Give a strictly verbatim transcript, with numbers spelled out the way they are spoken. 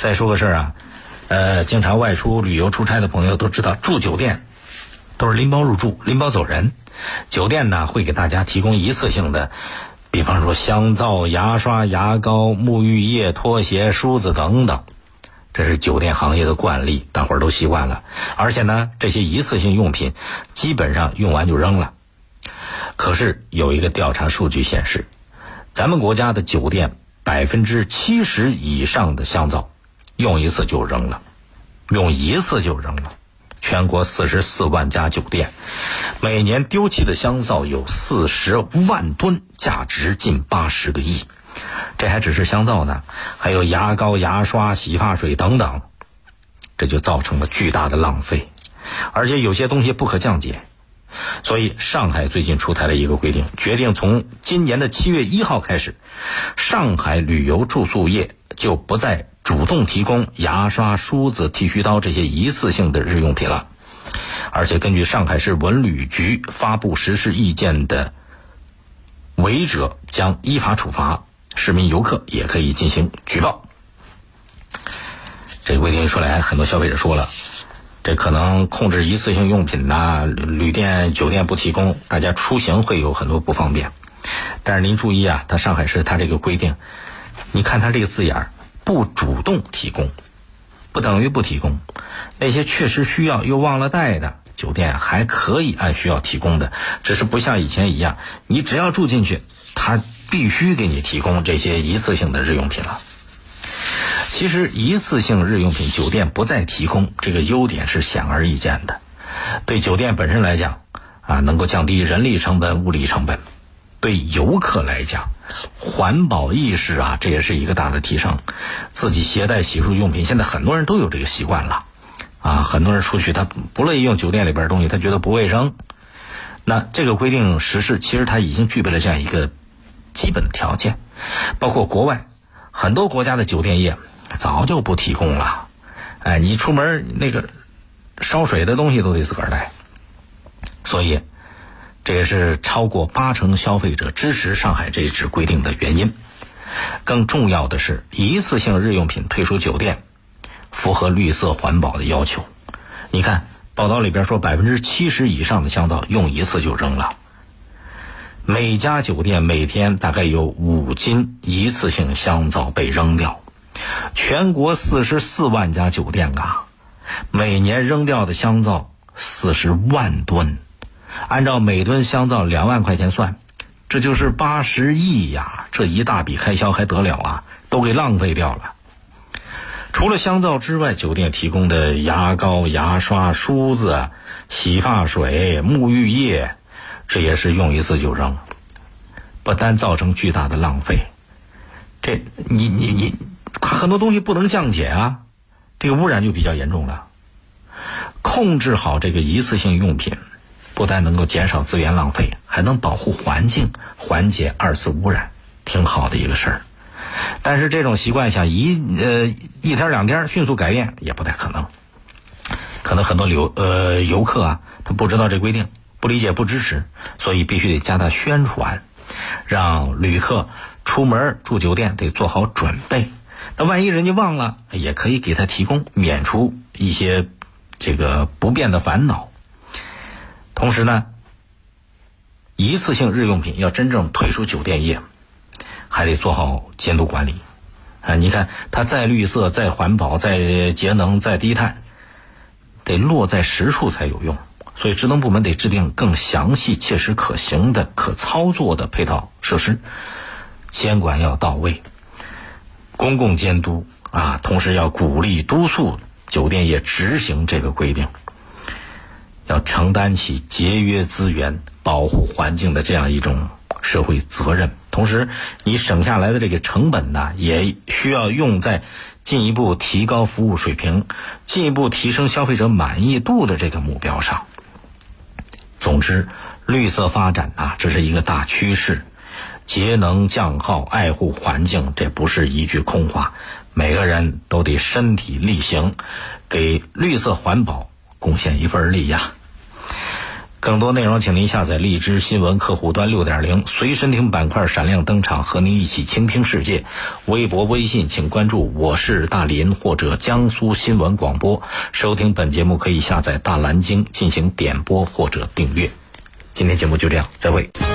再说个事儿啊，呃，经常外出旅游出差的朋友都知道，住酒店都是拎包入住，拎包走人。酒店呢会给大家提供一次性的，比方说香皂、牙刷、牙膏、沐浴液、拖鞋、梳子等等，这是酒店行业的惯例，大伙儿都习惯了。而且呢，这些一次性用品基本上用完就扔了。可是有一个调查数据显示，咱们国家的酒店百分之七十以上的香皂用一次就扔了，用一次就扔了。全国四十四万家酒店，每年丢弃的香皂有四十万吨，价值近八十个亿。这还只是香皂呢，还有牙膏、牙刷、洗发水等等，这就造成了巨大的浪费。而且有些东西不可降解，所以上海最近出台了一个规定，决定从今年的七月一号开始，上海旅游住宿业就不再主动提供牙刷、梳子、剃须刀这些一次性的日用品了。而且根据上海市文旅局发布实施意见的违者将依法处罚，市民游客也可以进行举报。这个规定一出来，很多消费者说了，这可能控制一次性用品呐，旅店酒店不提供，大家出行会有很多不方便。但是您注意啊，它上海市它这个规定，你看它这个字眼儿，不主动提供，不等于不提供。那些确实需要又忘了带的，酒店还可以按需要提供的，只是不像以前一样，你只要住进去，它必须给你提供这些一次性的日用品了。其实一次性日用品酒店不再提供，这个优点是显而易见的。对酒店本身来讲啊，能够降低人力成本、物力成本。对游客来讲，环保意识啊，这也是一个大的提升。自己携带洗漱用品，现在很多人都有这个习惯了啊，很多人出去他不乐意用酒店里边的东西，他觉得不卫生。那这个规定实施，其实它已经具备了这样一个基本条件。包括国外很多国家的酒店业早就不提供了，哎，你出门那个烧水的东西都得自个儿带。所以这也是超过八成消费者支持上海这一纸规定的原因。更重要的是，一次性日用品退出酒店符合绿色环保的要求。你看报道里边说，百分之七十以上的香皂用一次就扔了。每家酒店每天大概有五斤一次性香皂被扔掉。全国四十四万家酒店啊，每年扔掉的香皂四十万吨。按照每吨香皂两万块钱算，这就是八十亿呀！这一大笔开销还得了啊，都给浪费掉了。除了香皂之外，酒店提供的牙膏、牙刷、梳子、洗发水、沐浴液，这也是用一次就扔，不单造成巨大的浪费，这你你你很多东西不能降解啊，这个污染就比较严重了。控制好这个一次性用品，不但能够减少资源浪费，还能保护环境，缓解二次污染，挺好的一个事儿。但是这种习惯想一呃一天两天迅速改变也不太可能，可能很多游呃游客啊，他不知道这规定，不理解不支持，所以必须得加大宣传，让旅客出门住酒店得做好准备。那万一人家忘了，也可以给他提供，免除一些这个不便的烦恼。同时呢，一次性日用品要真正退出酒店业，还得做好监督管理啊！你看它再绿色、再环保、再节能、再低碳，得落在实处才有用。所以职能部门得制定更详细、切实可行的、可操作的配套设施，监管要到位，公共监督啊，同时要鼓励督促酒店业执行这个规定，要承担起节约资源、保护环境的这样一种社会责任。同时你省下来的这个成本呢，也需要用在进一步提高服务水平、进一步提升消费者满意度的这个目标上。总之，绿色发展啊，这是一个大趋势，节能降耗、爱护环境，这不是一句空话，每个人都得身体力行，给绿色环保贡献一份力呀。 更多内容请您下载荔枝新闻客户端 六点零 随身听板块闪亮登场，和您一起倾听世界。微博微信请关注我是大林或者江苏新闻广播，收听本节目可以下载大蓝鲸进行点播或者订阅。今天节目就这样，再会。